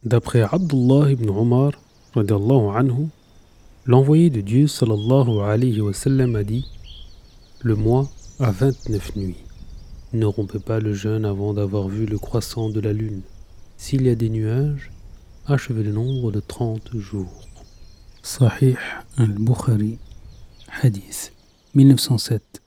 D'après Abdullah ibn Omar, radiallahu anhu, l'envoyé de Dieu sallallahu alayhi wa sallam a dit: le mois a 29 nuits. Ne rompez pas le jeûne avant d'avoir vu le croissant de la lune. S'il y a des nuages, achevez le nombre de 30 jours. Sahih al-Bukhari, hadith 1907.